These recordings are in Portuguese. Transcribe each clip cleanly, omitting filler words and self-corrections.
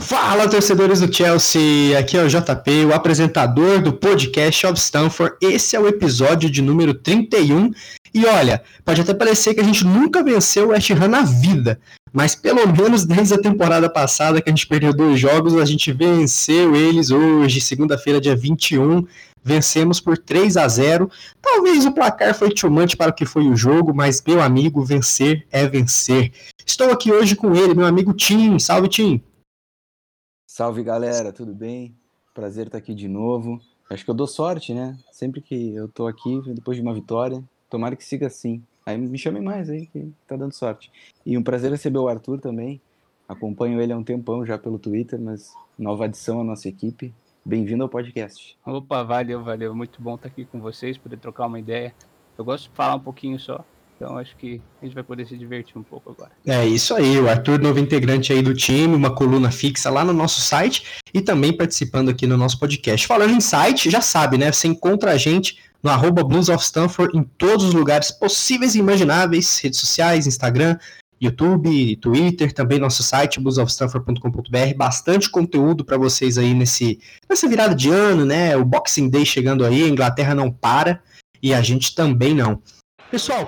Fala, torcedores do Chelsea! Aqui é o JP, o apresentador do podcast of Stamford. Esse é o episódio de número 31. E olha, pode até parecer que a gente nunca venceu o West Ham na vida, mas pelo menos desde a temporada passada, que a gente perdeu 2 jogos, a gente venceu eles hoje, segunda-feira, dia 21. Vencemos por 3-0. Talvez o placar foi too much para o que foi o jogo, mas, meu amigo, vencer é vencer. Estou aqui hoje com ele, meu amigo Tim. Salve, Tim! Salve, galera, tudo bem? Prazer estar aqui de novo. Acho que eu dou sorte, né? Sempre que eu tô aqui, depois de uma vitória, tomara que siga assim. Aí me chamem mais aí, que tá dando sorte. E um prazer receber o Arthur também. Acompanho ele há um tempão já pelo Twitter, mas nova adição à nossa equipe. Bem-vindo ao podcast. Opa, valeu. Muito bom estar aqui com vocês, poder trocar uma ideia. Eu gosto de falar um pouquinho só, então acho que a gente vai poder se divertir um pouco agora. É isso aí, o Arthur, novo integrante aí do time, uma coluna fixa lá no nosso site e também participando aqui no nosso podcast. Falando em site, já sabe, né? Você encontra a gente no @bluesofstanford em todos os lugares possíveis e imagináveis, redes sociais, Instagram, YouTube, Twitter, também nosso site, bluesofstanford.com.br, bastante conteúdo para vocês aí nessa virada de ano, né? O Boxing Day chegando aí, a Inglaterra não para e a gente também não. Pessoal,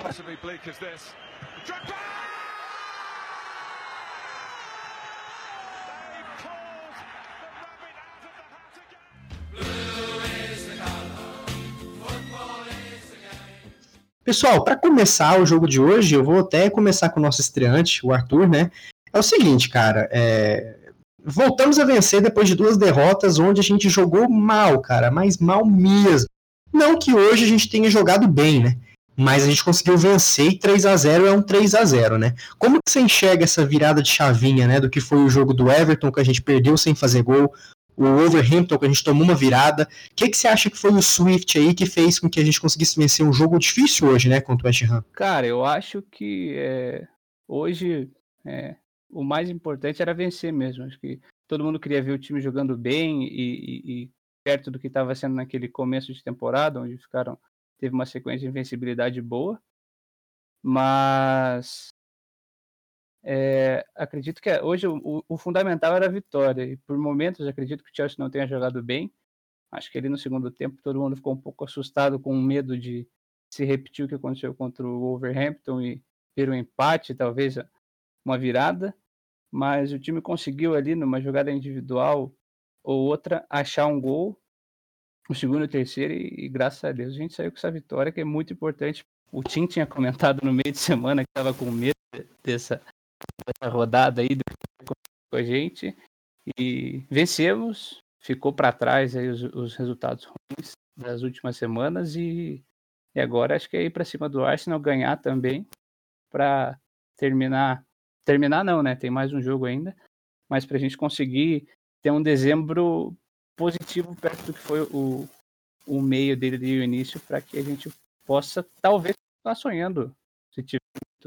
para começar o jogo de hoje, eu vou até começar com o nosso estreante, o Arthur, né? É o seguinte, cara, voltamos a vencer depois de 2 derrotas, onde a gente jogou mal, cara, mas mal mesmo. Não que hoje a gente tenha jogado bem, né? Mas a gente conseguiu vencer e 3-0 é um 3-0, né? Como que você enxerga essa virada de chavinha, né? Do que foi o jogo do Everton, que a gente perdeu sem fazer gol, o Wolverhampton, que a gente tomou uma virada. O que você acha que foi o Swift aí que fez com que a gente conseguisse vencer um jogo difícil hoje, né? Contra o West Ham? Cara, eu acho que hoje o mais importante era vencer mesmo. Acho que todo mundo queria ver o time jogando bem e perto do que estava sendo naquele começo de temporada, onde teve uma sequência de invencibilidade boa, mas acredito que hoje o fundamental era a vitória, e por momentos acredito que o Chelsea não tenha jogado bem. Acho que ali no segundo tempo todo mundo ficou um pouco assustado, com medo de se repetir o que aconteceu contra o Wolverhampton e ter um empate, talvez uma virada, mas o time conseguiu ali numa jogada individual ou outra achar um gol, o segundo e o terceiro, e graças a Deus a gente saiu com essa vitória, que é muito importante. O Tim tinha comentado no meio de semana que estava com medo dessa rodada aí com a gente, e vencemos. Ficou para trás aí os resultados ruins das últimas semanas e agora acho que é ir para cima do Arsenal, ganhar também para terminar não, né? Tem mais um jogo ainda, mas para a gente conseguir ter um dezembro positivo perto do que foi o meio dele e o início, para que a gente possa talvez estar sonhando se tiver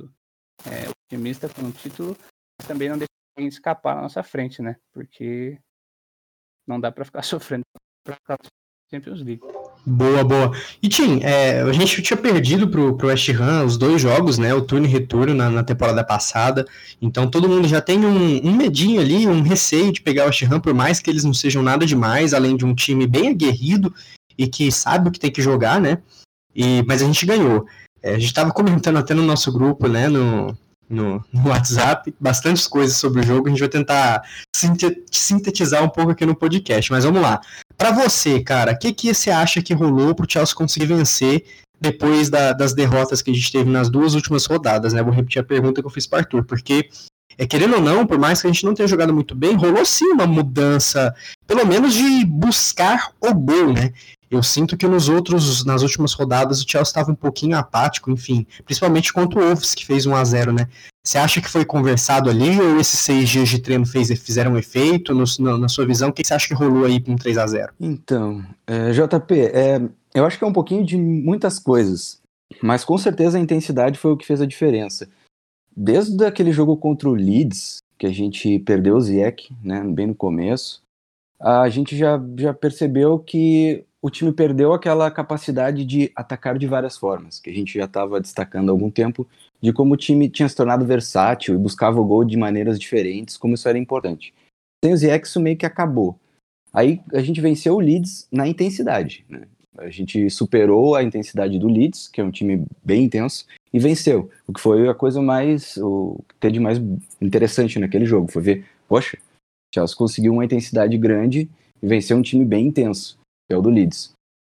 otimista com um título, mas também não deixar ninguém escapar na nossa frente, né? Porque não dá para ficar sofrendo para ficar Champions League. Boa. E Tim, a gente tinha perdido pro West Ham os 2 jogos, né? O turno e retorno na temporada passada. Então todo mundo já tem um medinho ali, um receio de pegar o West Ham, por mais que eles não sejam nada demais, além de um time bem aguerrido e que sabe o que tem que jogar, né? Mas a gente ganhou. A gente estava comentando até no nosso grupo, né? No WhatsApp, bastantes coisas sobre o jogo. A gente vai tentar sintetizar um pouco aqui no podcast, mas vamos lá. Para você, cara, o que você acha que rolou pro Chelsea conseguir vencer depois das derrotas que a gente teve nas 2 últimas rodadas, né? Vou repetir a pergunta que eu fiz para Arthur, porque, querendo ou não, por mais que a gente não tenha jogado muito bem, rolou sim uma mudança, pelo menos de buscar o gol, né? Eu sinto que nas últimas rodadas, o Chelsea estava um pouquinho apático, enfim, principalmente contra o Wolves, que fez 1-0, né? Você acha que foi conversado ali, ou esses 6 dias de treino fizeram um efeito? Na sua visão, o que você acha que rolou aí com 3-0? Então, JP, eu acho que é um pouquinho de muitas coisas, mas com certeza a intensidade foi o que fez a diferença. Desde aquele jogo contra o Leeds, que a gente perdeu o Ziyech, né, bem no começo, a gente já percebeu que o time perdeu aquela capacidade de atacar de várias formas, que a gente já estava destacando há algum tempo, de como o time tinha se tornado versátil e buscava o gol de maneiras diferentes, como isso era importante. Sem o Ziyech isso meio que acabou. Aí a gente venceu o Leeds na intensidade, né? A gente superou a intensidade do Leeds, que é um time bem intenso, e venceu. O que foi a coisa que teve de mais interessante naquele jogo. Foi ver, poxa, o Chelsea conseguiu uma intensidade grande e venceu um time bem intenso, que é o do Leeds.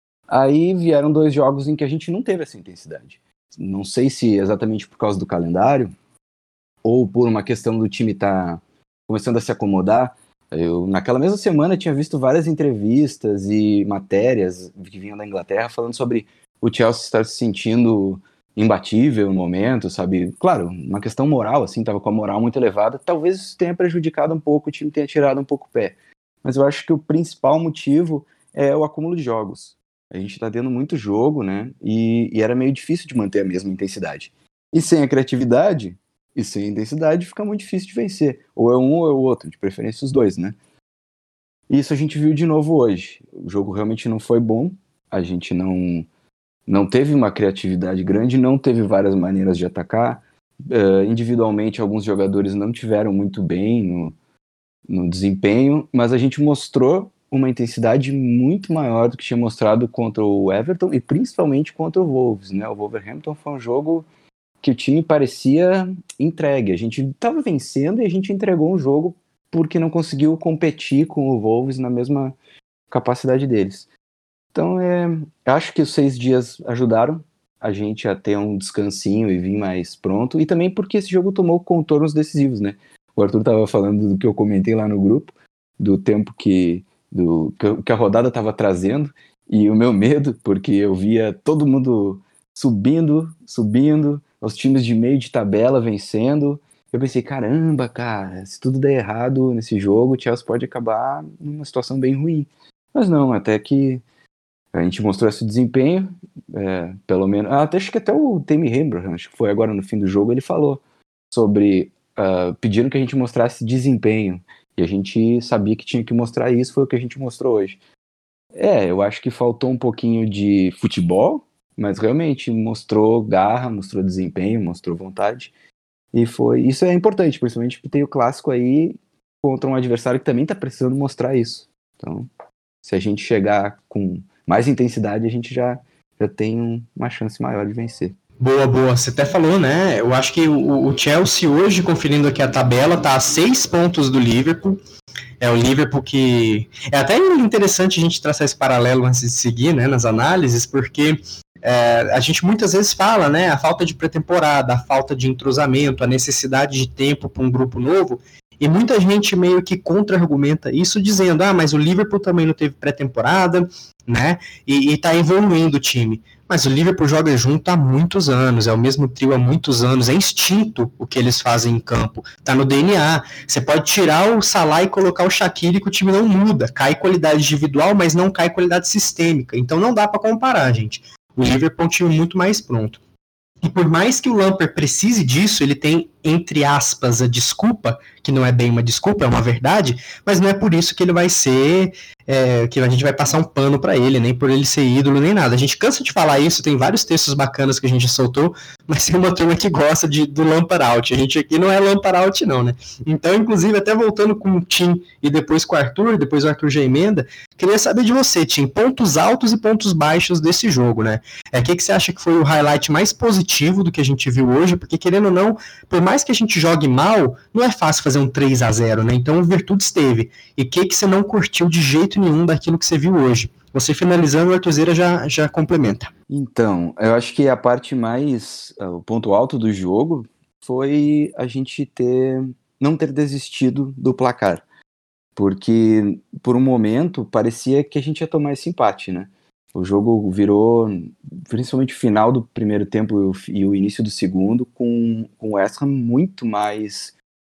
Aí vieram 2 jogos em que a gente não teve essa intensidade. Não sei se exatamente por causa do calendário, ou por uma questão do time estar começando a se acomodar. Eu, naquela mesma semana, tinha visto várias entrevistas e matérias que vinham da Inglaterra falando sobre o Chelsea estar se sentindo imbatível no momento, sabe? Claro, uma questão moral, assim, tava com a moral muito elevada. Talvez isso tenha prejudicado um pouco, o time tenha tirado um pouco o pé. Mas eu acho que o principal motivo é o acúmulo de jogos. A gente tá tendo muito jogo, né? E era meio difícil de manter a mesma intensidade. E sem a criatividade e sem a intensidade fica muito difícil de vencer. Ou é um ou é o outro, de preferência os dois, né? E isso a gente viu de novo hoje. O jogo realmente não foi bom. A gente não teve uma criatividade grande, não teve várias maneiras de atacar. Individualmente, alguns jogadores não tiveram muito bem no desempenho, mas a gente mostrou uma intensidade muito maior do que tinha mostrado contra o Everton e principalmente contra o Wolves, né? O Wolverhampton foi um jogo que o time parecia entregue. A gente estava vencendo e a gente entregou um jogo porque não conseguiu competir com o Wolves na mesma capacidade deles. Então, acho que os 6 dias ajudaram a gente a ter um descansinho e vir mais pronto, e também porque esse jogo tomou contornos decisivos, né? O Arthur estava falando do que eu comentei lá no grupo, do tempo que a rodada estava trazendo, e o meu medo, porque eu via todo mundo subindo, os times de meio de tabela vencendo. Eu pensei, caramba, cara, se tudo der errado nesse jogo, o Chelsea pode acabar numa situação bem ruim. Mas não, até que a gente mostrou esse desempenho, pelo menos. Acho que até o Tammy Abraham, acho que foi agora no fim do jogo, ele falou sobre pedindo que a gente mostrasse desempenho. E a gente sabia que tinha que mostrar isso, foi o que a gente mostrou hoje. Eu acho que faltou um pouquinho de futebol, mas realmente mostrou garra, mostrou desempenho, mostrou vontade. E isso é importante, principalmente porque tem o clássico aí contra um adversário que também está precisando mostrar isso. Então, se a gente chegar com mais intensidade, a gente já tem uma chance maior de vencer. Boa. Você até falou, né? Eu acho que o Chelsea hoje, conferindo aqui a tabela, tá a 6 pontos do Liverpool. É o Liverpool que... É até interessante a gente traçar esse paralelo antes de seguir, né, nas análises, porque a gente muitas vezes fala, né, a falta de pré-temporada, a falta de entrosamento, a necessidade de tempo para um grupo novo, e muita gente meio que contra-argumenta isso, dizendo, mas o Liverpool também não teve pré-temporada, né, e tá evoluindo o time. Mas o Liverpool joga junto há muitos anos, é o mesmo trio há muitos anos, é instinto o que eles fazem em campo, tá no DNA. Você pode tirar o Salah e colocar o Shaqiri que o time não muda, cai qualidade individual, mas não cai qualidade sistêmica, então não dá para comparar, gente. O Liverpool é um time muito mais pronto. E por mais que o Lampard precise disso, ele tem, entre aspas, a desculpa, que não é bem uma desculpa, é uma verdade, mas não é por isso que ele vai ser, que a gente vai passar um pano para ele, nem por ele ser ídolo, nem nada. A gente cansa de falar isso, tem vários textos bacanas que a gente soltou, mas tem uma turma que gosta do Lampard out. A gente aqui não é Lampard out não, né? Então, inclusive, até voltando com o Tim e depois com o Arthur, depois o Arthur já emenda, queria saber de você, Tim, pontos altos e pontos baixos desse jogo, né? O que você acha que foi o highlight mais positivo do que a gente viu hoje? Porque, querendo ou não, por mais que a gente jogue mal, não é fácil fazer um 3-0, né? Então, virtude esteve. E o que você não curtiu de jeito nenhum daquilo que você viu hoje? Você finalizando, o Artuzeira já complementa. Então, eu acho que a parte o ponto alto do jogo foi a gente não ter desistido do placar. Porque, por um momento, parecia que a gente ia tomar esse empate, né? O jogo virou, principalmente o final do primeiro tempo e o início do segundo, com o West Ham muito mais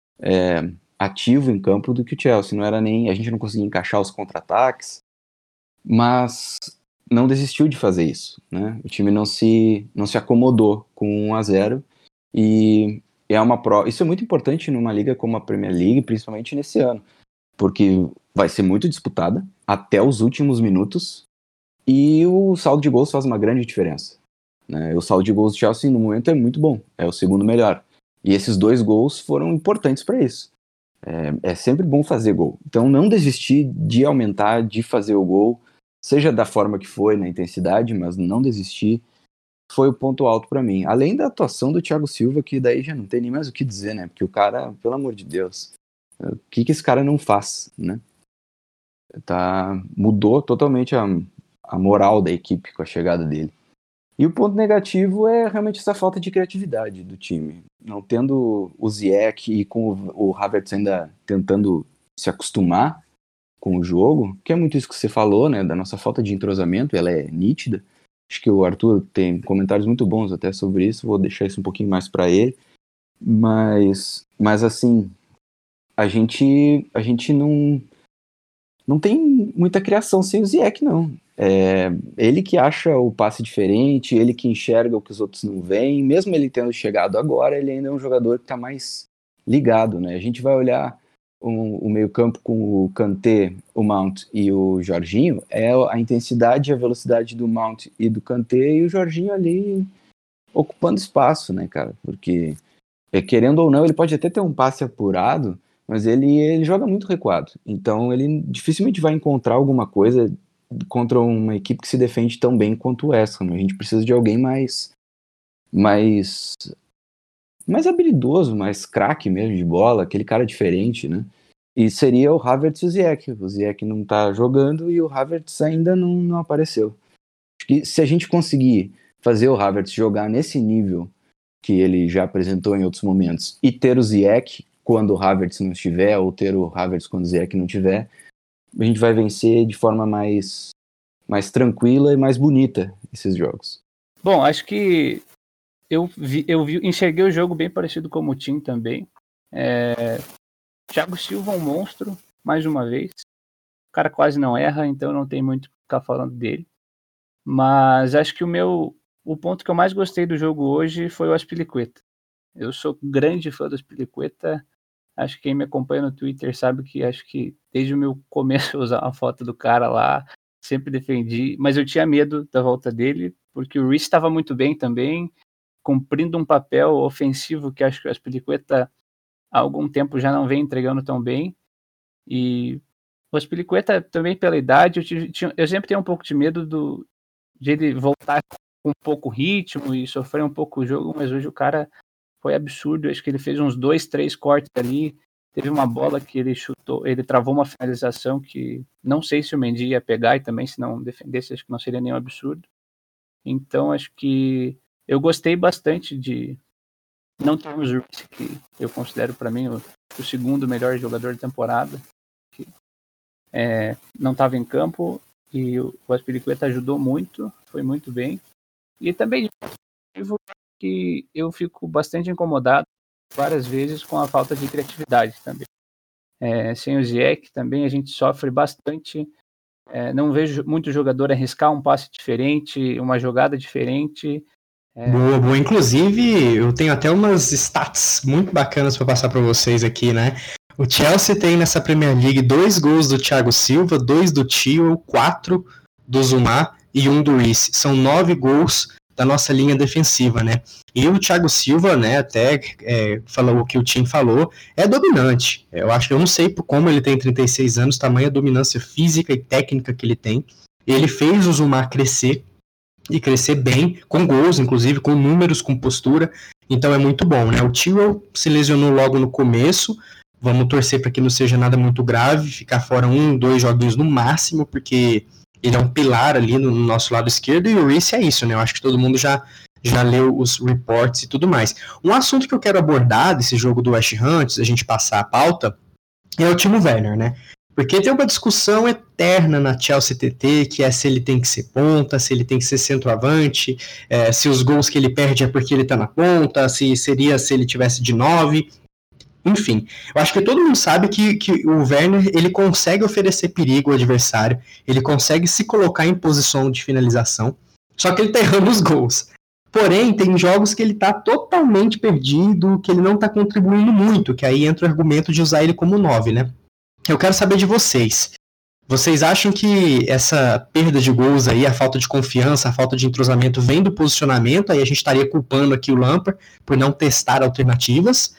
ativo em campo do que o Chelsea. A gente não conseguia encaixar os contra-ataques, mas não desistiu de fazer isso, né? O time não se acomodou com 1-0 e isso é muito importante numa liga como a Premier League, principalmente nesse ano, porque vai ser muito disputada até os últimos minutos e o saldo de gols faz uma grande diferença, né? O saldo de gols do Chelsea no momento é muito bom, é o segundo melhor, e esses 2 gols foram importantes para isso. É sempre bom fazer gol. Então não desistir de aumentar, de fazer o gol, seja da forma que foi, na intensidade, mas não desistir, foi o ponto alto para mim. Além da atuação do Thiago Silva, que daí já não tem nem mais o que dizer, né? Porque o cara, pelo amor de Deus, o que esse cara não faz, né? Mudou totalmente a moral da equipe com a chegada dele. E o ponto negativo é realmente essa falta de criatividade do time. Não tendo o Ziyech e com o Havertz ainda tentando se acostumar com o jogo, que é muito isso que você falou, né? Da nossa falta de entrosamento, ela é nítida. Acho que o Arthur tem comentários muito bons até sobre isso, vou deixar isso um pouquinho mais para ele. Mas assim, a gente não tem muita criação sem o Ziyech, não. Ele que acha o passe diferente, ele que enxerga o que os outros não veem, mesmo ele tendo chegado agora, ele ainda é um jogador que está mais ligado, né? A gente vai olhar o meio-campo com o Kanté, o Mount e o Jorginho, é a intensidade e a velocidade do Mount e do Kanté, e o Jorginho ali ocupando espaço, né, cara? Porque, querendo ou não, ele pode até ter um passe apurado, mas ele joga muito recuado. Então ele dificilmente vai encontrar alguma coisa contra uma equipe que se defende tão bem quanto essa. Né? A gente precisa de alguém mais habilidoso, mais craque mesmo de bola, aquele cara diferente, né? E seria o Havertz e o Ziyech. O Ziyech não tá jogando e o Havertz ainda não apareceu. Acho que se a gente conseguir fazer o Havertz jogar nesse nível que ele já apresentou em outros momentos e ter o Ziyech quando o Havertz não estiver, ou ter o Havertz quando o Ziyech não estiver, a gente vai vencer de forma mais tranquila e mais bonita esses jogos. Bom, acho que enxerguei o jogo bem parecido com o Tim também. Thiago Silva é um monstro, mais uma vez. O cara quase não erra, então não tem muito o que ficar falando dele. Mas acho que o ponto que eu mais gostei do jogo hoje foi o Azpilicueta. Eu sou grande fã do Azpilicueta. Acho que quem me acompanha no Twitter sabe que acho que desde o meu começo eu usar uma foto do cara lá, sempre defendi, mas eu tinha medo da volta dele, porque o Reece estava muito bem também, cumprindo um papel ofensivo que acho que o Azpilicueta há algum tempo já não vem entregando tão bem. E o Azpilicueta também pela idade, eu sempre tenho um pouco de medo de ele voltar com pouco ritmo e sofrer um pouco o jogo, mas hoje o cara foi absurdo. Acho que ele fez uns 2, 3 cortes ali. Teve uma bola que ele chutou, ele travou uma finalização que não sei se o Mendy ia pegar, e também se não defendesse, acho que não seria nenhum absurdo. Então acho que eu gostei bastante de não termos o Reece, que eu considero para mim o segundo melhor jogador da temporada, que não estava em campo, e o Azpilicueta ajudou muito, foi muito bem. E também que eu fico bastante incomodado várias vezes com a falta de criatividade também. Sem o Ziyech também a gente sofre bastante. Não vejo muito jogador arriscar um passe diferente, uma jogada diferente. Boa. Inclusive, eu tenho até umas stats muito bacanas para passar para vocês aqui, né? O Chelsea tem nessa Premier League 2 gols do Thiago Silva, 2 do Chilwell, 4 do Zuma e 1 do Reece. São 9 gols da nossa linha defensiva, né? E o Thiago Silva, né, até falou o que o Tim falou, é dominante. Eu não sei como ele tem 36 anos, tamanha dominância física e técnica que ele tem. Ele fez o Zuma crescer, e crescer bem, com gols, inclusive, com números, com postura, então é muito bom, né? O Chilwell se lesionou logo no começo, vamos torcer para que não seja nada muito grave, ficar fora 1, 2 joguinhos no máximo, porque ele é um pilar ali no nosso lado esquerdo, e o Reece é isso, né? Eu acho que todo mundo já leu os reports e tudo mais. Um assunto que eu quero abordar desse jogo do West Ham, antes da gente passar a pauta, é o Timo Werner, né? Porque tem uma discussão eterna na Chelsea TT, que é se ele tem que ser ponta, se ele tem que ser centroavante, se os gols que ele perde é porque ele tá na ponta, se seria se ele tivesse de 9. Enfim, eu acho que todo mundo sabe que o Werner, ele consegue oferecer perigo ao adversário, ele consegue se colocar em posição de finalização, só que ele tá errando os gols. Porém, tem jogos que ele tá totalmente perdido, que ele não tá contribuindo muito, que aí entra o argumento de usar ele como 9, né? Eu quero saber de vocês. Vocês acham que essa perda de gols aí, a falta de confiança, a falta de entrosamento vem do posicionamento? Aí a gente estaria culpando aqui o Lampard por não testar alternativas?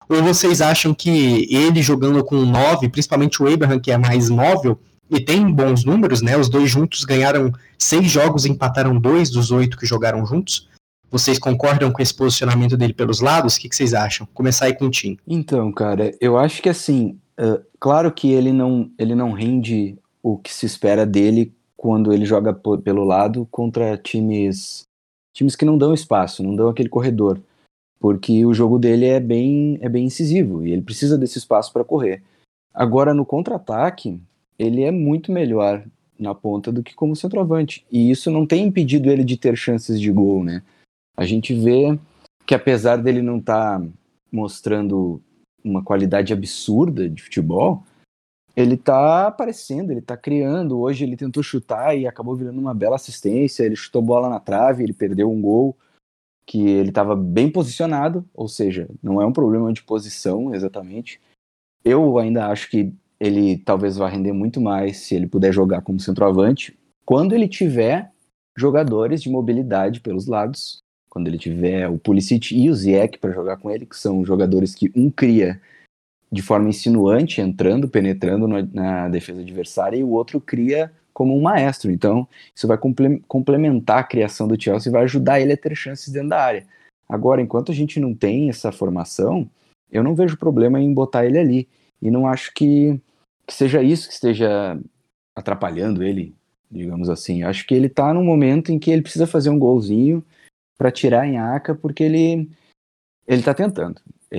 Ou vocês acham que ele jogando com 9, principalmente o Abraham, que é mais móvel, e tem bons números, né? Os dois juntos ganharam 6 jogos e empataram 2 dos 8 que jogaram juntos. Vocês concordam com esse posicionamento dele pelos lados? O que vocês acham? Começar aí com o Tim. Então, cara, eu acho que assim, claro que ele não rende o que se espera dele quando ele joga pelo lado contra times que não dão espaço, não dão aquele corredor, porque o jogo dele é bem incisivo e ele precisa desse espaço para correr. Agora, no contra-ataque, ele é muito melhor na ponta do que como centroavante, e isso não tem impedido ele de ter chances de gol, né? A gente vê que apesar dele não estar mostrando uma qualidade absurda de futebol, ele tá aparecendo, ele tá criando. Hoje ele tentou chutar e acabou virando uma bela assistência, ele chutou bola na trave, ele perdeu um gol que ele estava bem posicionado, ou seja, não é um problema de posição exatamente. Eu ainda acho que ele talvez vá render muito mais se ele puder jogar como centroavante, quando ele tiver jogadores de mobilidade pelos lados, quando ele tiver o Pulisic e o Ziyech para jogar com ele, que são jogadores que um cria de forma insinuante, entrando, penetrando na defesa adversária, e o outro cria como um maestro. Então, isso vai complementar a criação do Chelsea e vai ajudar ele a ter chances dentro da área. Agora, enquanto a gente não tem essa formação, eu não vejo problema em botar ele ali. E não acho que seja isso que esteja atrapalhando ele, digamos assim. Acho que ele tá num momento em que ele precisa fazer um golzinho para tirar a nhaca, porque ele tá tentando.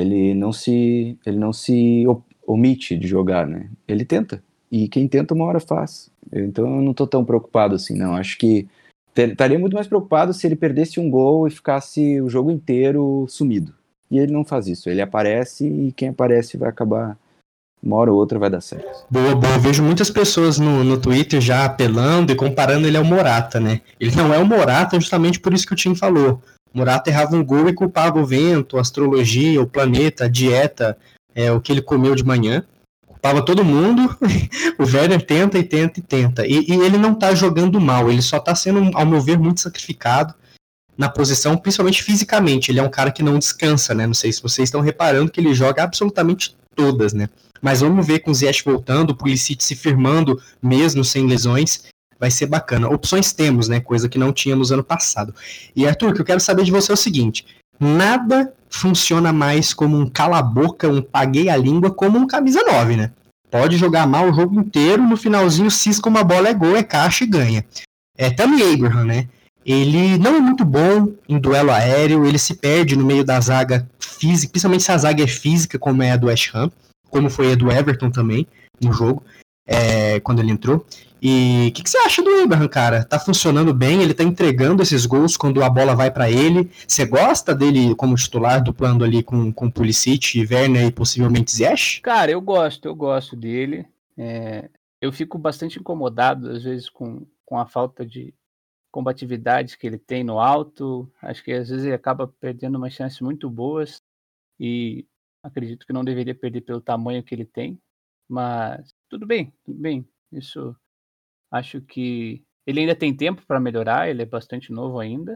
Ele não se omite de jogar, né? Ele tenta. E quem tenta uma hora faz. Então eu não tô tão preocupado assim, não. Acho que estaria muito mais preocupado se ele perdesse um gol e ficasse o jogo inteiro sumido. E ele não faz isso. Ele aparece e quem aparece vai acabar, uma hora ou outra vai dar certo. Boa, boa. Eu vejo muitas pessoas no Twitter já apelando e comparando ele ao Morata, né? Ele não é o Morata justamente por isso que o Tim falou. O Morata errava um gol e culpava o vento, a astrologia, o planeta, a dieta, o que ele comeu de manhã. Culpava todo mundo. O Werner tenta e tenta e tenta. E ele não tá jogando mal, ele só tá sendo, ao meu ver, muito sacrificado na posição, principalmente fisicamente. Ele é um cara que não descansa, né? Não sei se vocês estão reparando que ele joga absolutamente todas, né? Mas vamos ver com o Ziyech voltando, o Pulisic se firmando mesmo sem lesões, vai ser bacana. Opções temos, né? Coisa que não tínhamos ano passado. E Arthur, o que eu quero saber de você é o seguinte: nada funciona mais como um cala-boca, um paguei a língua, como um camisa 9, né? Pode jogar mal o jogo inteiro, no finalzinho cisca uma bola, é gol, é caixa e ganha. Também Abraham, né? Ele não é muito bom em duelo aéreo, ele se perde no meio da zaga física, principalmente se a zaga é física, como é a do West Ham, como foi a do Everton também, no jogo, quando ele entrou. E o que você acha do Abraham, cara? Tá funcionando bem, ele tá entregando esses gols quando a bola vai para ele. Você gosta dele como titular, duplando ali com Pulisic, Werner e possivelmente Ziyech? Cara, eu gosto dele. Eu fico bastante incomodado, às vezes, com a falta de combatividade que ele tem no alto. Acho que às vezes ele acaba perdendo umas chances muito boas e acredito que não deveria perder pelo tamanho que ele tem. Mas tudo bem, tudo bem. Isso acho que ele ainda tem tempo para melhorar, ele é bastante novo ainda.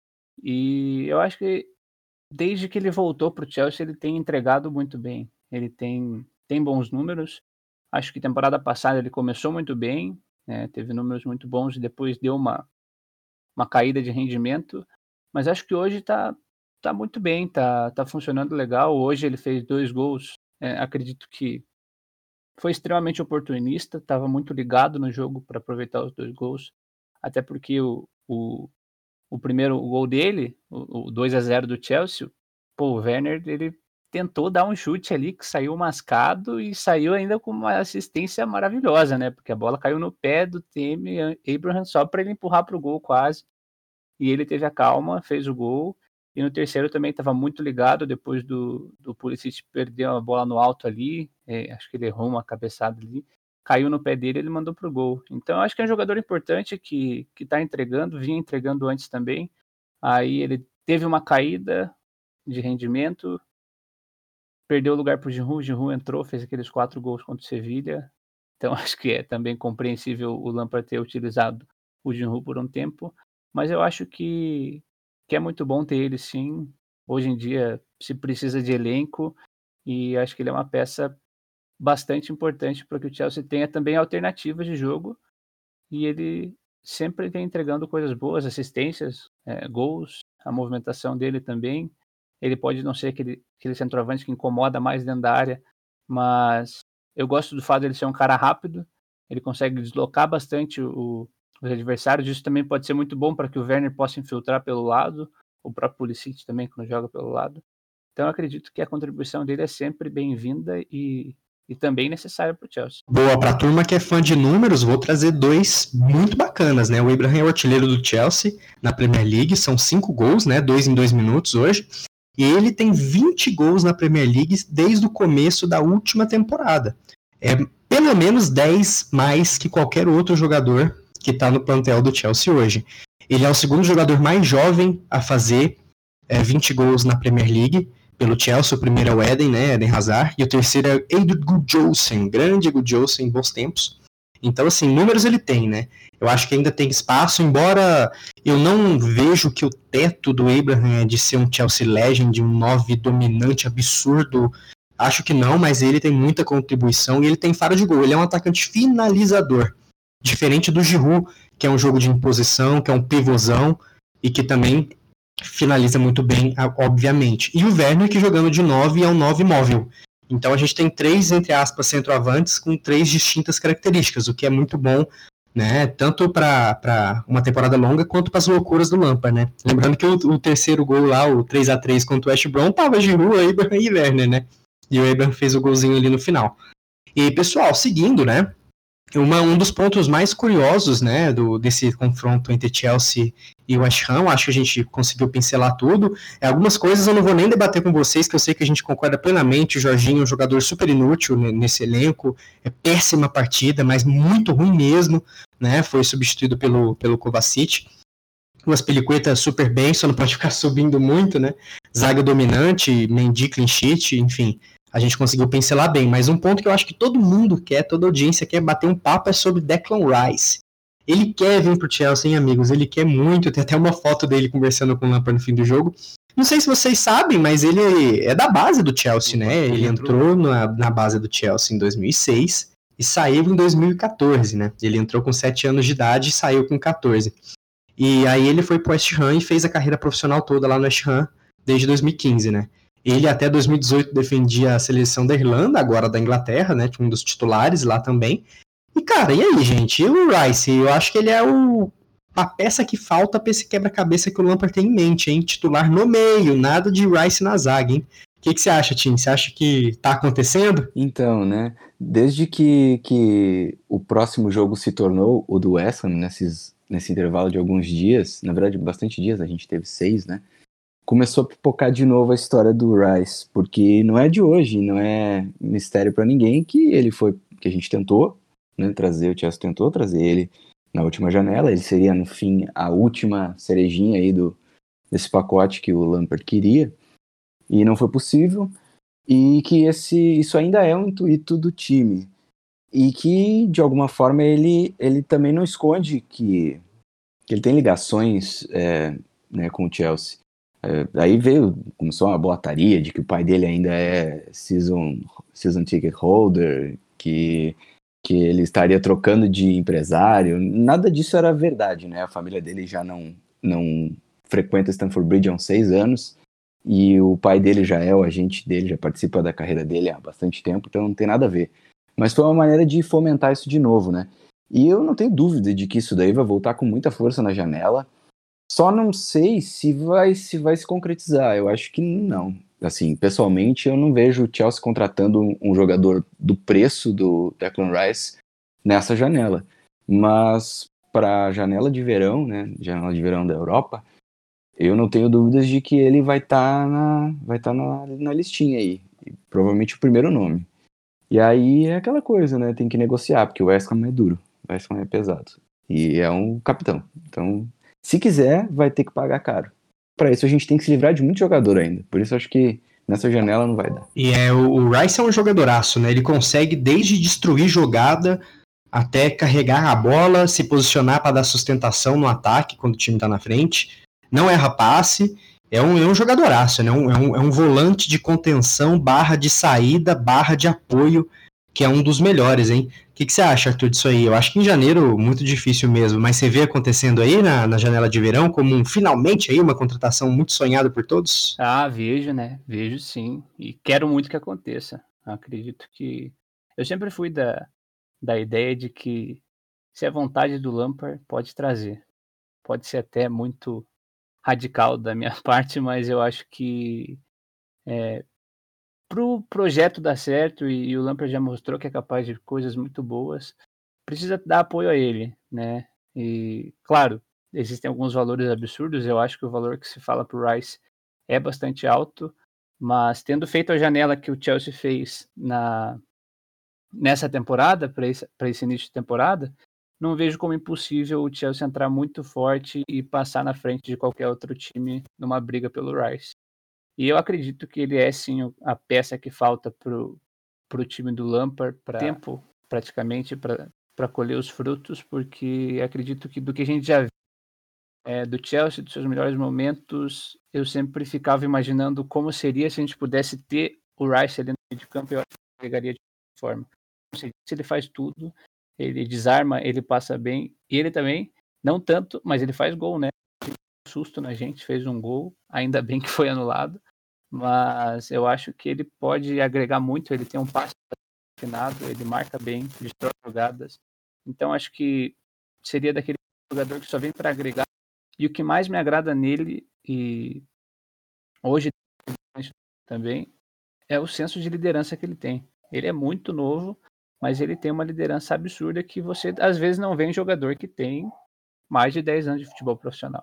E eu acho que desde que ele voltou para o Chelsea, ele tem entregado muito bem. Ele tem bons números. Acho que temporada passada ele começou muito bem, teve números muito bons e depois deu uma caída de rendimento, mas acho que hoje tá muito bem, tá funcionando legal. Hoje ele fez 2 gols, acredito que foi extremamente oportunista, estava muito ligado no jogo para aproveitar os 2 gols, até porque o primeiro gol dele, o 2-0 do Chelsea, pô, o Werner, ele tentou dar um chute ali que saiu mascado e saiu ainda com uma assistência maravilhosa, né, porque a bola caiu no pé do Tammy Abraham só para ele empurrar para o gol quase, e ele teve a calma, fez o gol, e no terceiro também estava muito ligado depois do Pulisic perder a bola no alto ali, acho que ele errou uma cabeçada ali, caiu no pé dele, ele mandou pro gol. Então eu acho que é um jogador importante que tá entregando, vinha entregando antes também, aí ele teve uma caída de rendimento, perdeu o lugar para o Giroud entrou, fez aqueles 4 gols contra o Sevilha, então acho que é também compreensível o Lampard ter utilizado o Giroud por um tempo, mas eu acho que é muito bom ter ele sim. Hoje em dia se precisa de elenco, e acho que ele é uma peça bastante importante para que o Chelsea tenha também alternativas de jogo, e ele sempre vem entregando coisas boas, assistências, gols, a movimentação dele também. Ele pode não ser aquele centroavante que incomoda mais dentro da área, mas eu gosto do fato de ele ser um cara rápido, ele consegue deslocar bastante os adversários, isso também pode ser muito bom para que o Werner possa infiltrar pelo lado, o próprio Pulisic também quando joga pelo lado. Então eu acredito que a contribuição dele é sempre bem-vinda e também necessária para o Chelsea. Boa, para a turma que é fã de números, vou trazer 2 muito bacanas, né? O Abraham é o artilheiro do Chelsea na Premier League, são 5 gols, né? 2 em 2 minutos hoje. E ele tem 20 gols na Premier League desde o começo da última temporada. É pelo menos 10 mais que qualquer outro jogador que está no plantel do Chelsea hoje. Ele é o segundo jogador mais jovem a fazer 20 gols na Premier League pelo Chelsea. O primeiro é o Eden Hazard, e o terceiro é Edu Gudjohnsen, grande Gudjohnsen em bons tempos. Então, assim, números ele tem, né? Eu acho que ainda tem espaço, embora eu não vejo que o teto do Abraham é de ser um Chelsea Legend, um 9 dominante, absurdo. Acho que não, mas ele tem muita contribuição e ele tem faro de gol. Ele é um atacante finalizador, diferente do Giroud, que é um jogo de imposição, que é um pivôzão e que também finaliza muito bem, obviamente. E o Werner, que jogando de 9 é um 9 móvel. Então a gente tem 3, entre aspas, centroavantes com 3 distintas características, o que é muito bom, né? Tanto para uma temporada longa quanto para as loucuras do Lampard, né? Lembrando que o terceiro gol lá, o 3-3 contra o West Brom, tava Giroud, Abraham e Werner, né? E o Abraham fez o golzinho ali no final. E, pessoal, seguindo, né? Um dos pontos mais curiosos, né, desse confronto entre Chelsea e West Ham, acho que a gente conseguiu pincelar tudo. Algumas coisas eu não vou nem debater com vocês, que eu sei que a gente concorda plenamente. O Jorginho é um jogador super inútil nesse elenco, é péssima partida, mas muito ruim mesmo, né, foi substituído pelo Kovacic. O Azpilicueta super bem, só não pode ficar subindo muito, né, zaga dominante, Mendy, clean sheet, enfim. A gente conseguiu pincelar bem, mas um ponto que eu acho que todo mundo quer, toda audiência quer bater um papo é sobre Declan Rice. Ele quer vir pro Chelsea, hein, amigos? Ele quer muito, tem até uma foto dele conversando com o Lampard no fim do jogo. Não sei se vocês sabem, mas ele é da base do Chelsea, né? Ele entrou na base do Chelsea em 2006 e saiu em 2014, né? Ele entrou com 7 anos de idade e saiu com 14. E aí ele foi pro West Ham e fez a carreira profissional toda lá no West Ham desde 2015, né? Ele até 2018 defendia a seleção da Irlanda, agora da Inglaterra, né? Um dos titulares lá também. E, cara, e aí, gente? E o Rice? Eu acho que ele é a peça que falta pra esse quebra-cabeça que o Lampard tem em mente, hein? Titular no meio, nada de Rice na zaga, hein? O que você acha, Tim? Você acha que tá acontecendo? Então, né? Desde que o próximo jogo se tornou o do West Ham, nesse intervalo de alguns dias, na verdade, bastante dias, a gente teve 6, né? Começou a pipocar de novo a história do Rice, porque não é de hoje, não é mistério para ninguém que que a gente tentou, né, o Chelsea tentou trazer ele na última janela, ele seria no fim a última cerejinha aí desse pacote que o Lampard queria, e não foi possível, e que isso ainda é um intuito do time, e que de alguma forma ele também não esconde que ele tem ligações né, com o Chelsea. Aí começou uma boataria de que o pai dele ainda é season ticket holder, que ele estaria trocando de empresário. Nada disso era verdade, né? A família dele já não frequenta Stamford Bridge há uns 6 anos, e o pai dele já é o agente dele, já participa da carreira dele há bastante tempo, então não tem nada a ver. Mas foi uma maneira de fomentar isso de novo, né? E eu não tenho dúvida de que isso daí vai voltar com muita força na janela. Só não sei se vai se concretizar. Eu acho que não. Assim, pessoalmente, eu não vejo o Chelsea contratando um jogador do preço do Declan Rice nessa janela. Mas para a janela de verão, né, janela de verão da Europa, eu não tenho dúvidas de que ele vai estar na listinha aí. Provavelmente o primeiro nome. E aí é aquela coisa, né? Tem que negociar, porque o West Ham é duro. O West Ham é pesado. E é um capitão. Então, se quiser, vai ter que pagar caro. Para isso a gente tem que se livrar de muito jogador ainda. Por isso acho que nessa janela não vai dar. E o Rice é um jogadoraço, né? Ele consegue desde destruir jogada até carregar a bola, se posicionar para dar sustentação no ataque quando o time tá na frente. Não erra passe É um jogadoraço, né? É um volante de contenção, barra de saída, barra de apoio, que é um dos melhores, hein? O que você acha, Arthur, disso aí? Eu acho que em janeiro, muito difícil mesmo, mas você vê acontecendo aí na janela de verão, como finalmente aí uma contratação muito sonhada por todos? Ah, vejo, né? Vejo sim. E quero muito que aconteça. Acredito que. Eu sempre fui da ideia de que se é vontade do Lampard, pode trazer. Pode ser até muito radical da minha parte, mas eu acho que pro projeto dar certo, e o Lampard já mostrou que é capaz de coisas muito boas, precisa dar apoio a ele, né? E, claro, existem alguns valores absurdos, eu acho que o valor que se fala pro Rice é bastante alto, mas tendo feito a janela que o Chelsea fez nessa temporada, para esse início de temporada, não vejo como impossível o Chelsea entrar muito forte e passar na frente de qualquer outro time numa briga pelo Rice. E eu acredito que ele é sim a peça que falta pro time do Lampard para tempo, praticamente, para colher os frutos, porque acredito que do que a gente já viu do Chelsea, dos seus melhores momentos, eu sempre ficava imaginando como seria se a gente pudesse ter o Rice ali no meio de campo, e eu acho que pegaria de forma. Não sei se ele faz tudo, ele desarma, ele passa bem, e ele também, não tanto, mas ele faz gol, né? Susto na gente, fez um gol, ainda bem que foi anulado, mas eu acho que ele pode agregar muito, ele tem um passe afinado, ele marca bem, destrói jogadas, então acho que seria daquele jogador que só vem para agregar, e o que mais me agrada nele, e hoje também, é o senso de liderança que ele tem. Ele é muito novo, mas ele tem uma liderança absurda que você às vezes não vê em jogador que tem mais de 10 anos de futebol profissional.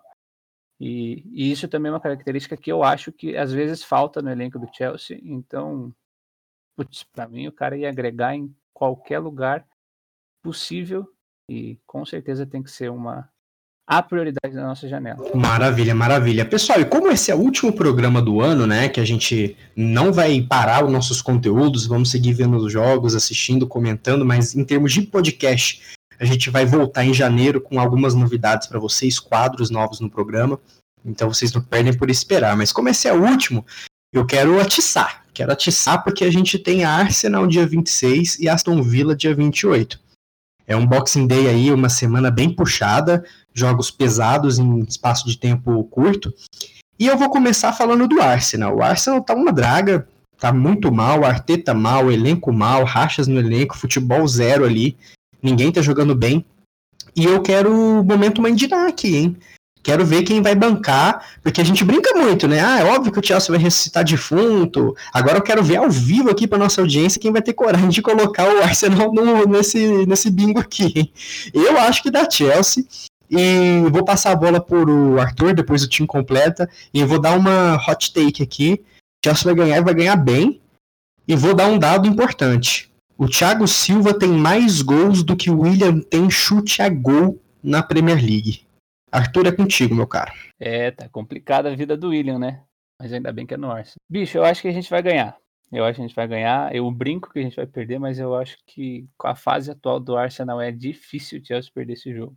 E isso também é uma característica que eu acho que às vezes falta no elenco do Chelsea. Então, para mim, o cara ia agregar em qualquer lugar possível e com certeza tem que ser a prioridade da nossa janela. Maravilha, maravilha. Pessoal, e como esse é o último programa do ano, né, que a gente não vai parar os nossos conteúdos, vamos seguir vendo os jogos, assistindo, comentando, mas em termos de podcast, a gente vai voltar em janeiro com algumas novidades para vocês, quadros novos no programa, então vocês não perdem por esperar. Mas como esse é o último, eu quero atiçar porque a gente tem a Arsenal dia 26 e Aston Villa dia 28. É um Boxing Day aí, uma semana bem puxada, jogos pesados em espaço de tempo curto. E eu vou começar falando do Arsenal. O Arsenal tá uma draga, tá muito mal, Arteta mal, elenco mal, rachas no elenco, futebol zero ali, ninguém tá jogando bem. E eu quero o momento Mandiná aqui, hein? Quero ver quem vai bancar, porque a gente brinca muito, né? Ah, é óbvio que o Chelsea vai ressuscitar defunto. Agora eu quero ver ao vivo aqui para nossa audiência quem vai ter coragem de colocar o Arsenal nesse bingo aqui, hein? Eu acho que dá Chelsea. E vou passar a bola por o Arthur, depois o time completa. E eu vou dar uma hot take aqui. O Chelsea vai ganhar e vai ganhar bem. E vou dar um dado importante. O Thiago Silva tem mais gols do que o William tem chute a gol na Premier League. Arthur, é contigo, meu caro. Tá complicada a vida do William, né? Mas ainda bem que é no Arsenal. Bicho, eu acho que a gente vai ganhar. Eu acho que a gente vai ganhar. Eu brinco que a gente vai perder, mas eu acho que com a fase atual do Arsenal é difícil o Chelsea perder esse jogo.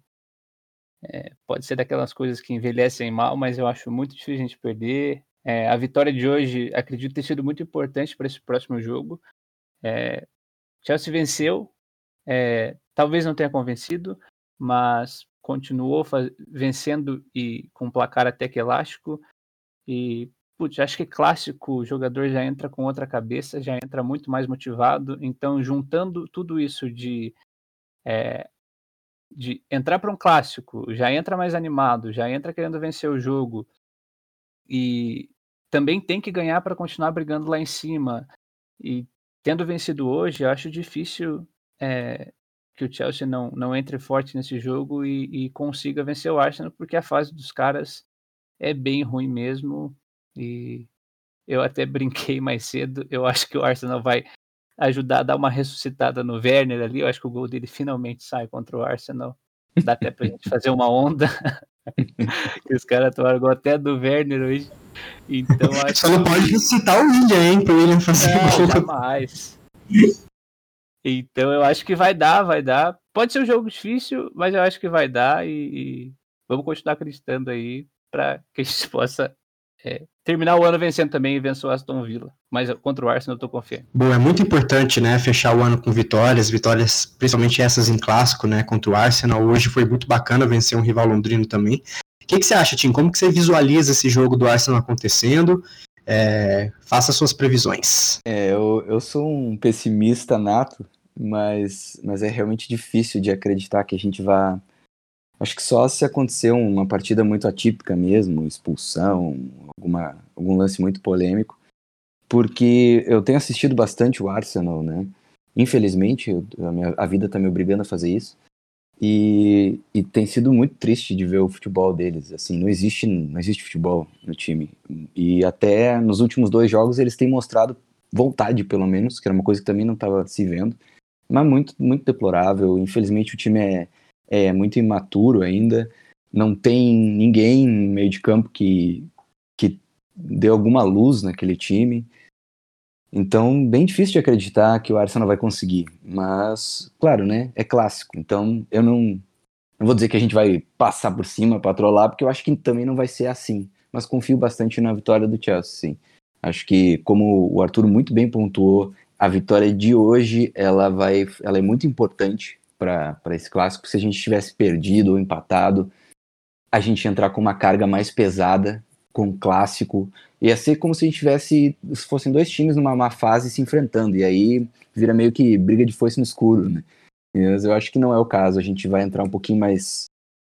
Pode ser daquelas coisas que envelhecem mal, mas eu acho muito difícil a gente perder. A vitória de hoje, acredito ter sido muito importante para esse próximo jogo. Chelsea venceu, talvez não tenha convencido, mas continuou vencendo e com um placar até que elástico. E, putz, acho que clássico, o jogador já entra com outra cabeça, já entra muito mais motivado. Então, juntando tudo isso de entrar para um clássico, já entra mais animado, já entra querendo vencer o jogo e também tem que ganhar para continuar brigando lá em cima. E tendo vencido hoje, eu acho difícil que o Chelsea não entre forte nesse jogo e consiga vencer o Arsenal, porque a fase dos caras é bem ruim mesmo. E eu até brinquei mais cedo, eu acho que o Arsenal vai ajudar a dar uma ressuscitada no Werner ali, eu acho que o gol dele finalmente sai contra o Arsenal. Dá até pra gente fazer uma onda, que os caras tomaram gol até do Werner hoje. Então acho Só não pode citar o William, hein, pro William fazer gol. Jamais. Então eu acho que vai dar. Pode ser um jogo difícil, mas eu acho que vai dar e vamos continuar acreditando aí para que a gente possa terminar o ano vencendo também e vencer o Aston Villa. Mas contra o Arsenal eu tô confiante. Bom, é muito importante, né, fechar o ano com vitórias, principalmente essas em clássico, né, contra o Arsenal. Hoje foi muito bacana vencer um rival londrino também. O que você acha, Tim? Como que você visualiza esse jogo do Arsenal acontecendo? Faça suas previsões. Eu sou um pessimista nato, mas é realmente difícil de acreditar que a gente vá... Acho que só se acontecer uma partida muito atípica mesmo, expulsão, algum lance muito polêmico, porque eu tenho assistido bastante o Arsenal, né? Infelizmente, a vida tá me obrigando a fazer isso, e tem sido muito triste de ver o futebol deles. Assim, não existe futebol no time. E até nos últimos 2 jogos eles têm mostrado vontade, pelo menos, que era uma coisa que também não estava se vendo, mas muito, muito deplorável. Infelizmente o time é muito imaturo ainda, não tem ninguém no meio de campo que dê alguma luz naquele time. Então, bem difícil de acreditar que o Arsenal vai conseguir. Mas, claro, né? É clássico. Então, eu não vou dizer que a gente vai passar por cima para trollar, porque eu acho que também não vai ser assim. Mas confio bastante na vitória do Chelsea, sim. Acho que, como o Arthur muito bem pontuou, a vitória de hoje, ela é muito importante para esse clássico. Se a gente tivesse perdido ou empatado, a gente ia entrar com uma carga mais pesada, com um clássico. Ia ser como se a gente se fossem 2 times numa má fase se enfrentando, e aí vira meio que briga de foice no escuro, né? Mas eu acho que não é o caso, a gente vai entrar um pouquinho mais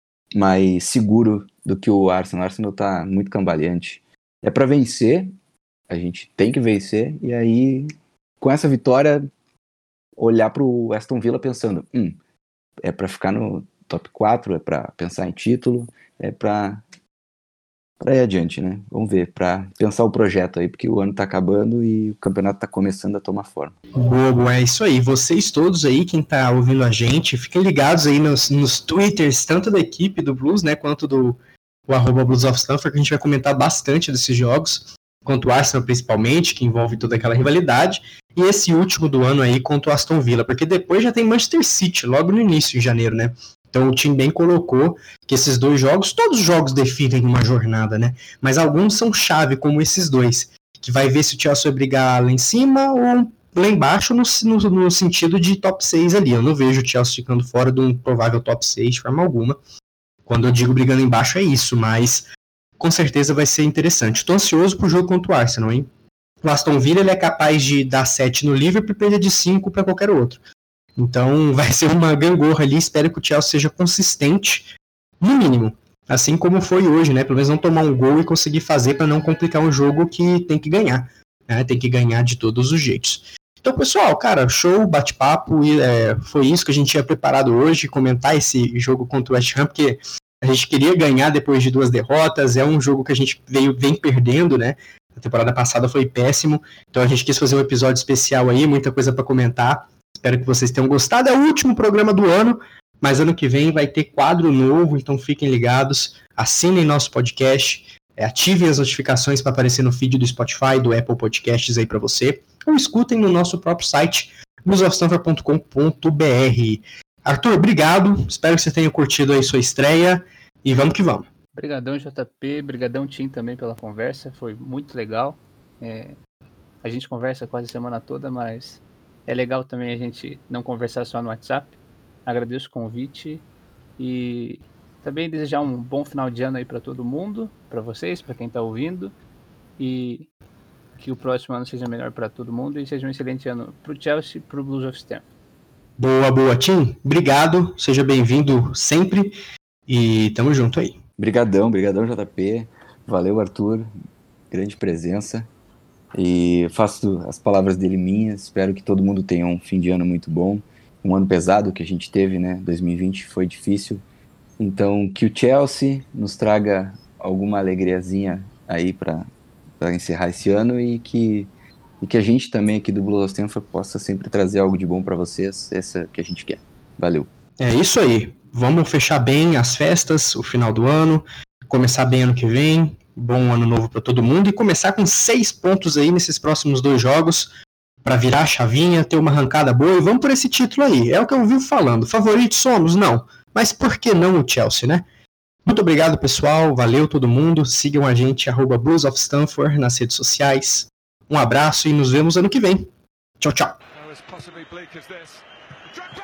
seguro do que o Arsenal. O Arsenal tá muito cambaleante. É para vencer, a gente tem que vencer, e aí, com essa vitória, olhar pro Aston Villa pensando, é para ficar no top 4, é para pensar em título, é para ir adiante, né? Vamos ver, para pensar o projeto aí, porque o ano tá acabando e o campeonato tá começando a tomar forma. Boa, é isso aí. Vocês todos aí, quem tá ouvindo a gente, fiquem ligados aí nos Twitters, tanto da equipe do Blues, né, quanto do @Blues of Stamford, que a gente vai comentar bastante desses jogos, quanto o Arsenal principalmente, que envolve toda aquela rivalidade, e esse último do ano aí contra o Aston Villa, porque depois já tem Manchester City, logo no início, em janeiro, né? Então o time bem colocou que esses 2 jogos, todos os jogos definem uma jornada, né? Mas alguns são chave, como esses 2, que vai ver se o Chelsea vai brigar lá em cima ou lá embaixo no sentido de top 6 ali. Eu não vejo o Chelsea ficando fora de um provável top 6 de forma alguma. Quando eu digo brigando embaixo é isso, mas com certeza vai ser interessante. Estou ansioso pro jogo contra o Arsenal, hein? O Aston Villa ele é capaz de dar 7 no Liverpool e perder de 5 para qualquer outro. Então vai ser uma gangorra ali, espero que o Chelsea seja consistente, no mínimo, assim como foi hoje, né? Pelo menos não tomar um gol e conseguir fazer para não complicar um jogo que tem que ganhar, né? Tem que ganhar de todos os jeitos. Então, pessoal, cara, show, bate-papo, e foi isso que a gente tinha preparado hoje, comentar esse jogo contra o West Ham, porque a gente queria ganhar depois de 2 derrotas, é um jogo que a gente vem perdendo, né? A temporada passada foi péssimo, então a gente quis fazer um episódio especial aí, muita coisa para comentar. Espero que vocês tenham gostado. É o último programa do ano, mas ano que vem vai ter quadro novo, então fiquem ligados, assinem nosso podcast, ativem as notificações para aparecer no feed do Spotify, do Apple Podcasts aí para você, ou escutem no nosso próprio site, bluesofstanford.com.br. Arthur, obrigado, espero que você tenha curtido aí sua estreia, e vamos que vamos. Obrigadão, JP, obrigadão, Tim, também pela conversa, foi muito legal. A gente conversa quase a semana toda, mas é legal também a gente não conversar só no WhatsApp. Agradeço o convite e também desejar um bom final de ano aí para todo mundo, para vocês, para quem está ouvindo, e que o próximo ano seja melhor para todo mundo e seja um excelente ano para o Chelsea e para o Blues of Stamford. Boa, Tim. Obrigado, seja bem-vindo sempre e tamo junto aí. Obrigadão, JP. Valeu, Arthur. Grande presença. E faço as palavras dele minhas. Espero que todo mundo tenha um fim de ano muito bom. Um ano pesado que a gente teve, né? 2020 foi difícil. Então, que o Chelsea nos traga alguma alegriazinha aí para encerrar esse ano e que a gente também aqui do Blues of Stamford possa sempre trazer algo de bom para vocês. Essa que a gente quer. Valeu. É isso aí. Vamos fechar bem as festas, o final do ano, começar bem ano que vem. Bom ano novo para todo mundo e começar com 6 pontos aí nesses próximos 2 jogos para virar a chavinha, ter uma arrancada boa e vamos por esse título aí. É o que eu vivo falando. Favoritos somos? Não. Mas por que não o Chelsea, né? Muito obrigado, pessoal. Valeu todo mundo. Sigam a gente, @Blues of Stanford, nas redes sociais. Um abraço e nos vemos ano que vem. Tchau, tchau.